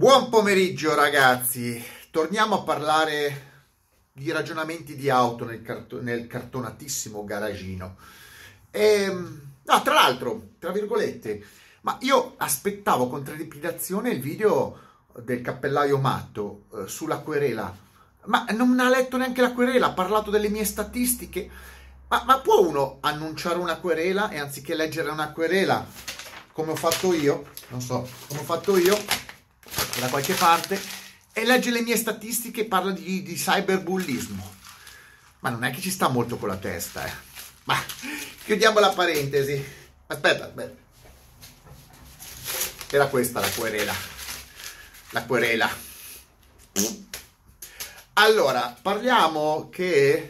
Buon pomeriggio ragazzi, torniamo a parlare di ragionamenti di auto nel cartonatissimo garagino. No, tra l'altro, tra virgolette, ma io aspettavo con trepidazione il video del cappellaio Matto sulla querela, ma non ha letto neanche la querela, ha parlato delle mie statistiche. Ma può uno annunciare una querela e anziché leggere una querela, come ho fatto io, non so, come ho fatto io, da qualche parte, e legge le mie statistiche e parla di cyberbullismo? Ma non è che ci sta molto con la testa, eh. Ma chiudiamo la parentesi. Aspetta. Era questa la querela. La querela. Allora, parliamo che...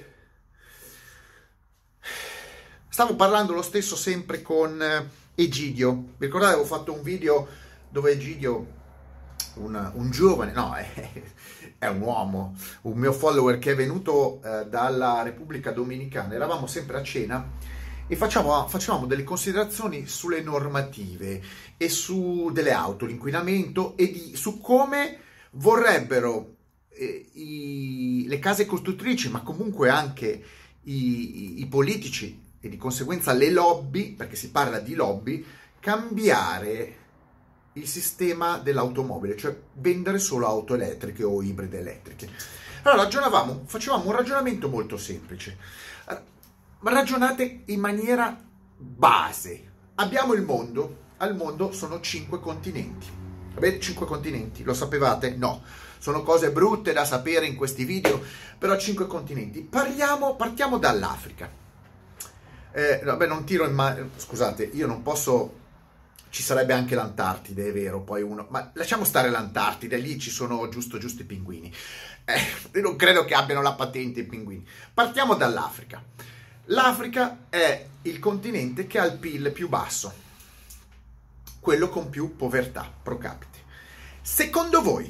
Stavo parlando lo stesso sempre con Egidio. Vi ricordate, avevo fatto un video dove Egidio, un giovane, no, è un uomo, un mio follower che è venuto dalla Repubblica Dominicana, eravamo sempre a cena e facevamo delle considerazioni sulle normative e su delle auto, l'inquinamento e su come vorrebbero le case costruttrici, ma comunque anche i politici e di conseguenza le lobby, perché si parla di lobby, cambiare il sistema dell'automobile, cioè vendere solo auto elettriche o ibride elettriche. Allora facevamo un ragionamento molto semplice. Ragionate in maniera base. Abbiamo il mondo, al mondo sono 5 continenti. Avete 5 continenti? Lo sapevate? No. Sono cose brutte da sapere in questi video, però 5 continenti. Partiamo dall'Africa. Non tiro in mano, scusate, io non posso, ci sarebbe anche l'Antartide, è vero, poi ma lasciamo stare l'Antartide, lì ci sono giusto i pinguini, io non credo che abbiano la patente i pinguini. Partiamo dall'Africa. L'Africa è il continente che ha il PIL più basso, quello con più povertà pro capite. Secondo voi,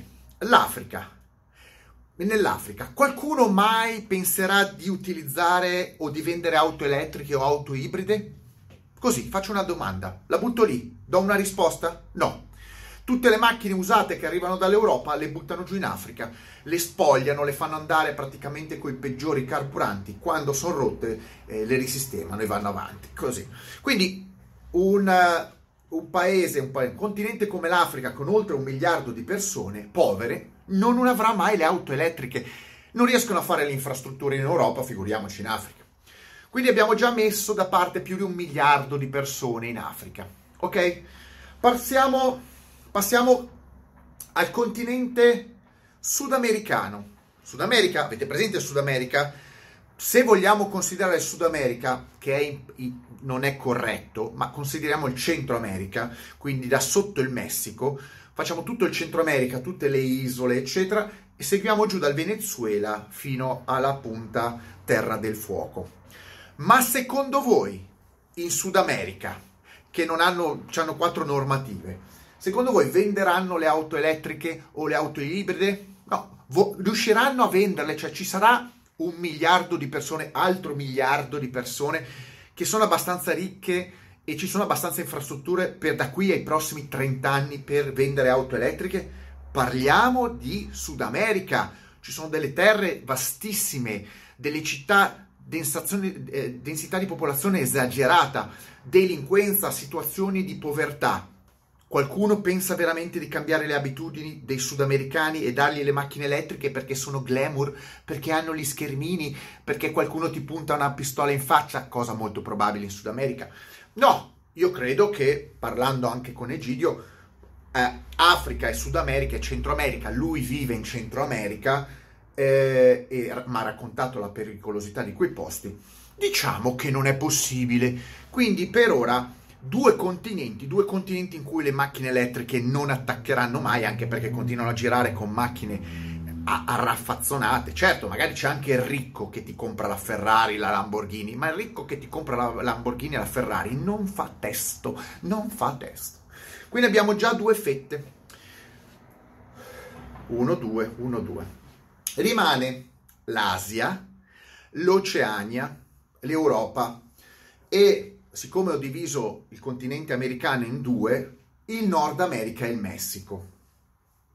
nell'Africa, qualcuno mai penserà di utilizzare o di vendere auto elettriche o auto ibride? Così, faccio una domanda, la butto lì, do una risposta? No. Tutte le macchine usate che arrivano dall'Europa le buttano giù in Africa, le spogliano, le fanno andare praticamente coi peggiori carburanti, quando sono rotte le risistemano e vanno avanti, così. Quindi un continente come l'Africa con oltre 1 miliardo di persone povere non avrà mai le auto elettriche, non riescono a fare le infrastrutture in Europa, figuriamoci in Africa. Quindi abbiamo già messo da parte più di 1 miliardo di persone in Africa, ok? Passiamo al continente sudamericano. Sud America, avete presente il Sud America? Se vogliamo considerare il Sud America, che non è corretto, ma consideriamo il Centro America, quindi da sotto il Messico, facciamo tutto il Centro America, tutte le isole, eccetera, e seguiamo giù dal Venezuela fino alla punta Terra del Fuoco. Ma secondo voi, in Sud America, che hanno 4 normative, secondo voi venderanno le auto elettriche o le auto ibride? No, riusciranno a venderle, cioè ci sarà 1 miliardo di persone, altro miliardo di persone che sono abbastanza ricche e ci sono abbastanza infrastrutture da qui ai prossimi 30 anni per vendere auto elettriche? Parliamo di Sud America, ci sono delle terre vastissime, delle città, densità di popolazione esagerata, delinquenza, situazioni di povertà. Qualcuno pensa veramente di cambiare le abitudini dei sudamericani e dargli le macchine elettriche perché sono glamour, perché hanno gli schermini, perché qualcuno ti punta una pistola in faccia, cosa molto probabile in Sud America? No, io credo che, parlando anche con Egidio, Africa e Sud America e Centro America, lui vive in Centro America, mi ha raccontato la pericolosità di quei posti, diciamo che non è possibile. Quindi per ora 2 continenti in cui le macchine elettriche non attaccheranno mai, anche perché continuano a girare con macchine arraffazzonate. Certo, magari c'è anche il ricco che ti compra la Ferrari, la Lamborghini, ma il ricco che ti compra la Lamborghini e la Ferrari non fa testo. Quindi abbiamo già 2 fette. 1, 2. Rimane l'Asia, l'Oceania, l'Europa e, siccome ho diviso il continente americano in 2, il Nord America e il Messico.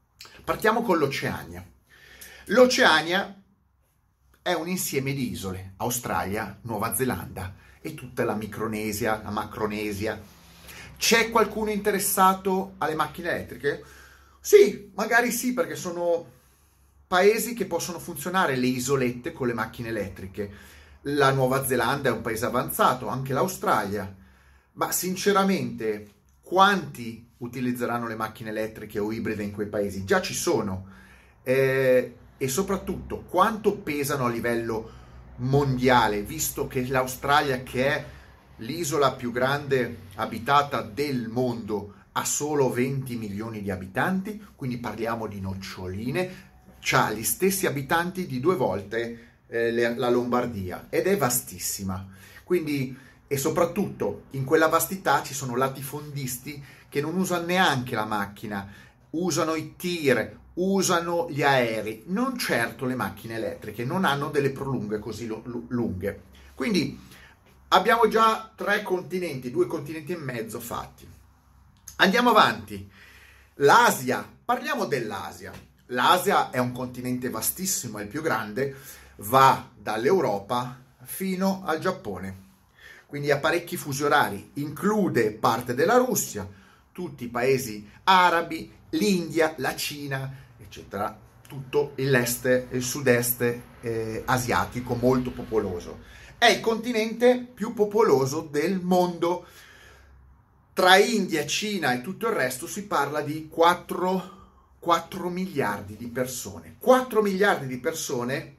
Partiamo con l'Oceania. L'Oceania è un insieme di isole, Australia, Nuova Zelanda e tutta la Micronesia, la Macronesia. C'è qualcuno interessato alle macchine elettriche? Sì, magari sì, perché sono paesi che possono funzionare le isolette con le macchine elettriche. La Nuova Zelanda è un paese avanzato, anche l'Australia, ma sinceramente quanti utilizzeranno le macchine elettriche o ibride in quei paesi? Già ci sono. E soprattutto quanto pesano a livello mondiale, visto che l'Australia, che è l'isola più grande abitata del mondo, ha solo 20 milioni di abitanti, quindi parliamo di noccioline, c'ha gli stessi abitanti di 2 volte la Lombardia ed è vastissima. Quindi, e soprattutto in quella vastità ci sono latifondisti che non usano neanche la macchina, usano i tir, usano gli aerei, non certo le macchine elettriche, non hanno delle prolunghe così lunghe. Quindi abbiamo già 3 continenti, 2 continenti e mezzo fatti. Andiamo avanti. L'Asia, parliamo dell'Asia. L'Asia è un continente vastissimo, è il più grande, va dall'Europa fino al Giappone. Quindi ha parecchi fusi orari, include parte della Russia, tutti i paesi arabi, l'India, la Cina, eccetera, tutto l'est e il sud-est asiatico molto popoloso. È il continente più popoloso del mondo. Tra India, Cina e tutto il resto si parla di 4 miliardi di persone. 4 miliardi di persone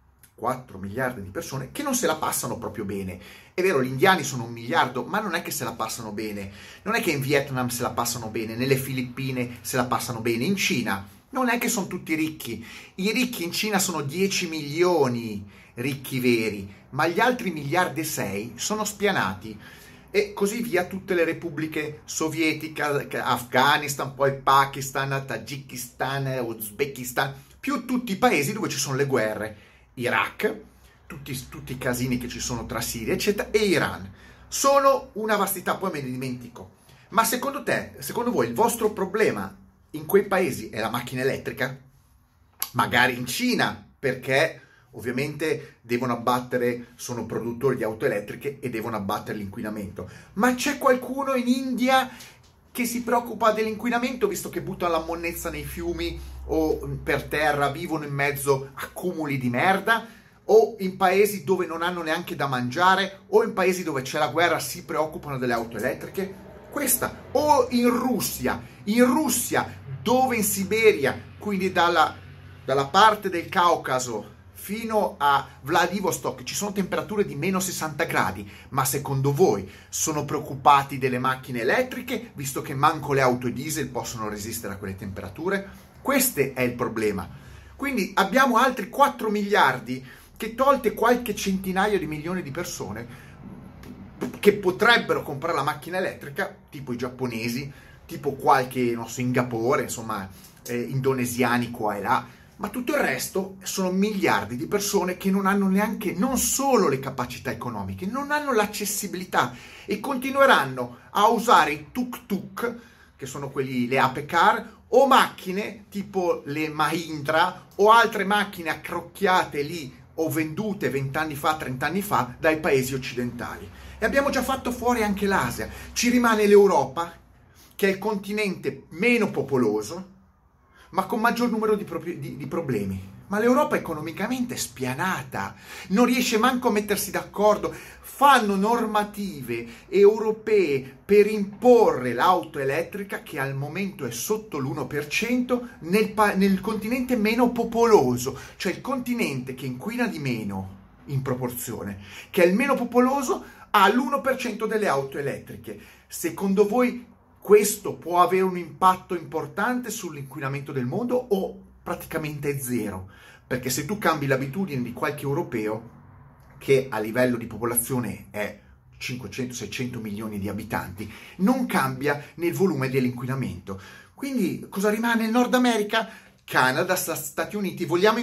che non se la passano proprio bene. È vero, gli indiani sono 1 miliardo, ma non è che se la passano bene. Non è che in Vietnam se la passano bene, nelle Filippine se la passano bene, in Cina non è che sono tutti ricchi. I ricchi in Cina sono 10 milioni ricchi veri, ma gli altri 1,6 miliardi sono spianati. E così via tutte le repubbliche sovietiche, Afghanistan, poi Pakistan, Tagikistan, Uzbekistan, più tutti i paesi dove ci sono le guerre, Iraq, tutti i casini che ci sono tra Siria, eccetera, e Iran. Sono una vastità, poi me ne dimentico. Ma secondo voi, il vostro problema in quei paesi è la macchina elettrica? Magari in Cina, perché ovviamente sono produttori di auto elettriche e devono abbattere l'inquinamento. Ma c'è qualcuno in India che si preoccupa dell'inquinamento, visto che buttano la monnezza nei fiumi o per terra, vivono in mezzo a cumuli di merda? O in paesi dove non hanno neanche da mangiare, o in paesi dove c'è la guerra si preoccupano delle auto elettriche? O in Russia, dove in Siberia, quindi dalla parte del Caucaso fino a Vladivostok ci sono temperature di meno 60 gradi, ma secondo voi sono preoccupati delle macchine elettriche, visto che manco le auto diesel possono resistere a quelle temperature? Questo è il problema. Quindi abbiamo altri 4 miliardi che, tolte qualche centinaio di milioni di persone che potrebbero comprare la macchina elettrica, tipo i giapponesi, tipo qualche Singapore, insomma, indonesiani qua e là, ma tutto il resto sono miliardi di persone che non hanno neanche, non solo le capacità economiche, non hanno l'accessibilità e continueranno a usare i tuk-tuk, che sono le ape car, o macchine tipo le Mahindra o altre macchine accrocchiate lì o vendute 20 anni fa, 30 anni fa dai paesi occidentali. E abbiamo già fatto fuori anche l'Asia. Ci rimane l'Europa, che è il continente meno popoloso, ma con maggior numero di problemi. Ma l'Europa economicamente è spianata, non riesce manco a mettersi d'accordo. Fanno normative europee per imporre l'auto elettrica, che al momento è sotto l'1%, nel continente meno popoloso, cioè il continente che inquina di meno in proporzione, che è il meno popoloso, ha l'1% delle auto elettriche. Secondo voi questo può avere un impatto importante sull'inquinamento del mondo o praticamente è zero? Perché se tu cambi l'abitudine di qualche europeo, che a livello di popolazione è 500-600 milioni di abitanti, non cambia nel volume dell'inquinamento. Quindi cosa rimane? Il Nord America, Canada, Stati Uniti. Vogliamo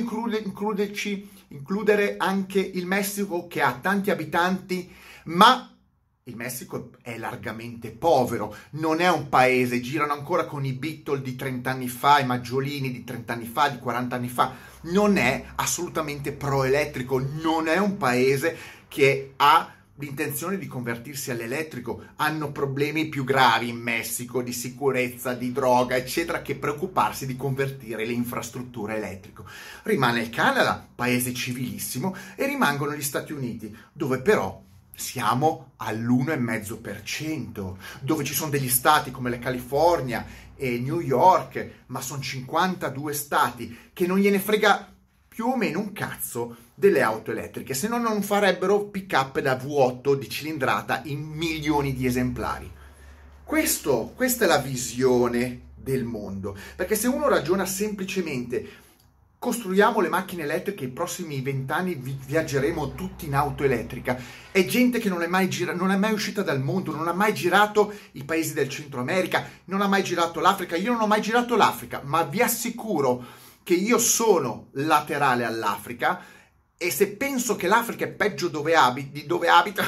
includere anche il Messico, che ha tanti abitanti, ma il Messico è largamente povero, non è un paese, girano ancora con i Beatle di 30 anni fa, i Maggiolini di 30 anni fa, di 40 anni fa, non è assolutamente pro-elettrico, non è un paese che ha l'intenzione di convertirsi all'elettrico, hanno problemi più gravi in Messico di sicurezza, di droga, eccetera, che preoccuparsi di convertire le infrastrutture elettriche. Rimane il Canada, paese civilissimo, e rimangono gli Stati Uniti, dove però siamo all'1,5%, dove ci sono degli stati come la California e New York, ma sono 52 stati che non gliene frega più o meno un cazzo delle auto elettriche, se no non farebbero pick-up da V8 di cilindrata in milioni di esemplari. Questa è la visione del mondo, perché se uno ragiona semplicemente costruiamo le macchine elettriche, i prossimi 20 anni viaggeremo tutti in auto elettrica, è gente che non è mai uscita dal mondo, non ha mai girato i paesi del Centro America, non ha mai girato l'Africa, io non ho mai girato l'Africa, ma vi assicuro che io sono laterale all'Africa, e se penso che l'Africa è peggio di dove abito,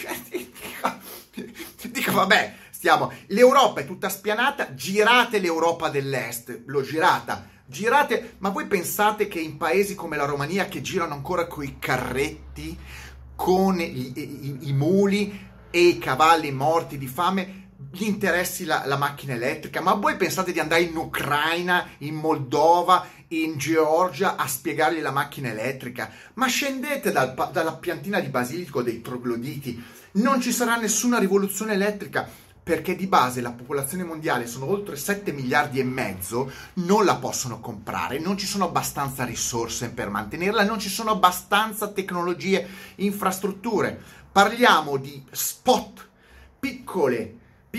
dico vabbè, l'Europa è tutta spianata, girate l'Europa dell'Est, l'ho girate, ma voi pensate che in paesi come la Romania, che girano ancora coi carretti, con i muli e i cavalli morti di fame, gli interessi la macchina elettrica? Ma voi pensate di andare in Ucraina, in Moldova, in Georgia a spiegargli la macchina elettrica? Ma scendete dalla piantina di basilico dei trogloditi, non ci sarà nessuna rivoluzione elettrica, perché di base la popolazione mondiale sono oltre 7 miliardi e mezzo, non la possono comprare, non ci sono abbastanza risorse per mantenerla, non ci sono abbastanza tecnologie, infrastrutture. Parliamo di spot, piccole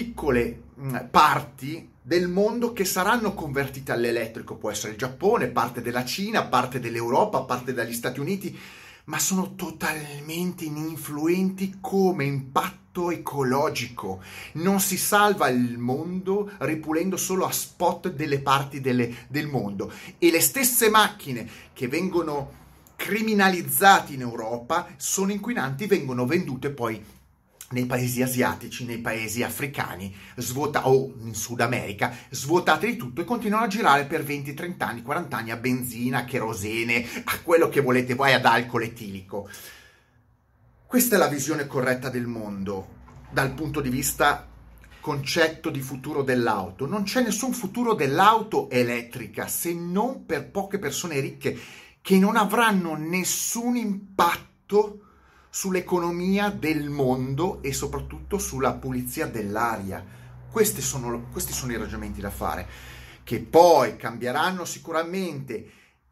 parti del mondo che saranno convertite all'elettrico, può essere il Giappone, parte della Cina, parte dell'Europa, parte dagli Stati Uniti, ma sono totalmente ininfluenti come impatto ecologico. Non si salva il mondo ripulendo solo a spot delle parti del mondo, e le stesse macchine che vengono criminalizzate in Europa sono inquinanti, vengono vendute poi nei paesi asiatici, nei paesi africani, o in Sud America, svuotate di tutto, e continuano a girare per 20, 30 anni, 40 anni a benzina, a kerosene, a quello che volete voi, ad alcol etilico. Questa è la visione corretta del mondo dal punto di vista concetto di futuro dell'auto. Non c'è nessun futuro dell'auto elettrica, se non per poche persone ricche che non avranno nessun impatto sull'economia del mondo e soprattutto sulla pulizia dell'aria. Questi sono i ragionamenti da fare, che poi cambieranno sicuramente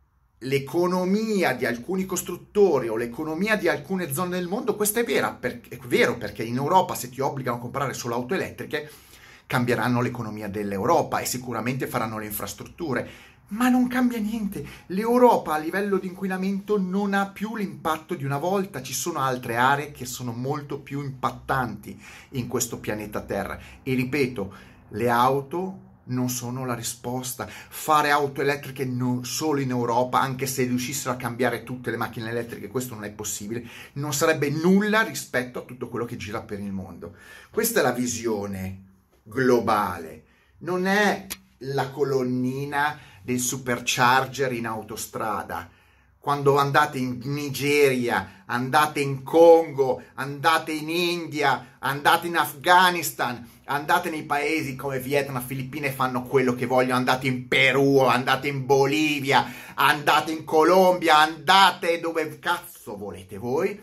l'economia di alcuni costruttori o l'economia di alcune zone del mondo. Questo è vero, perché in Europa, se ti obbligano a comprare solo auto elettriche, cambieranno l'economia dell'Europa e sicuramente faranno le infrastrutture. Ma non cambia niente. L'Europa a livello di inquinamento non ha più l'impatto di una volta. Ci sono altre aree che sono molto più impattanti in questo pianeta Terra. E ripeto, le auto non sono la risposta. Fare auto elettriche non solo in Europa, anche se riuscissero a cambiare tutte le macchine elettriche, questo non è possibile, non sarebbe nulla rispetto a tutto quello che gira per il mondo. Questa è la visione globale. Non è la colonnina del supercharger in autostrada. Quando andate in Nigeria, andate in Congo, andate in India, andate in Afghanistan, andate nei paesi come Vietnam, Filippine, fanno quello che vogliono, andate in Perù, andate in Bolivia, andate in Colombia, andate dove cazzo volete voi,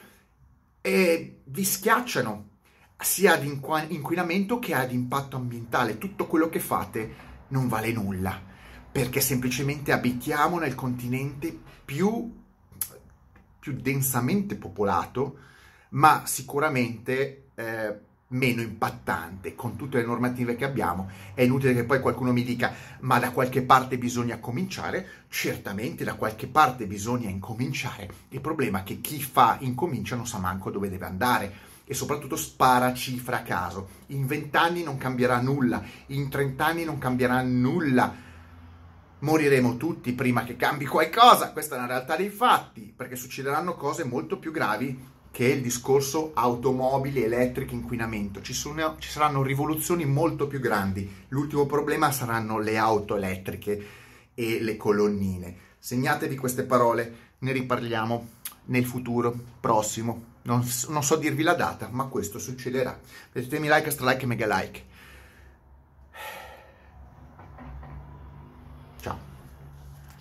e vi schiacciano sia ad inquinamento che ad impatto ambientale. Tutto quello che fate non vale nulla, perché semplicemente abitiamo nel continente più densamente popolato, ma sicuramente meno impattante. Con tutte le normative che abbiamo, è inutile che poi qualcuno mi dica ma da qualche parte bisogna cominciare. Certamente da qualche parte bisogna incominciare. Il problema è che chi incomincia non sa manco dove deve andare, e soprattutto spara cifre a caso. In 20 anni non cambierà nulla, in 30 anni non cambierà nulla. Moriremo tutti prima che cambi qualcosa, questa è una realtà dei fatti, perché succederanno cose molto più gravi che è il discorso automobili, elettriche, inquinamento. Ci saranno rivoluzioni molto più grandi. L'ultimo problema saranno le auto elettriche e le colonnine. Segnatevi queste parole, ne riparliamo nel futuro prossimo. Non so dirvi la data, ma questo succederà. Mettetemi like, extra like e mega like.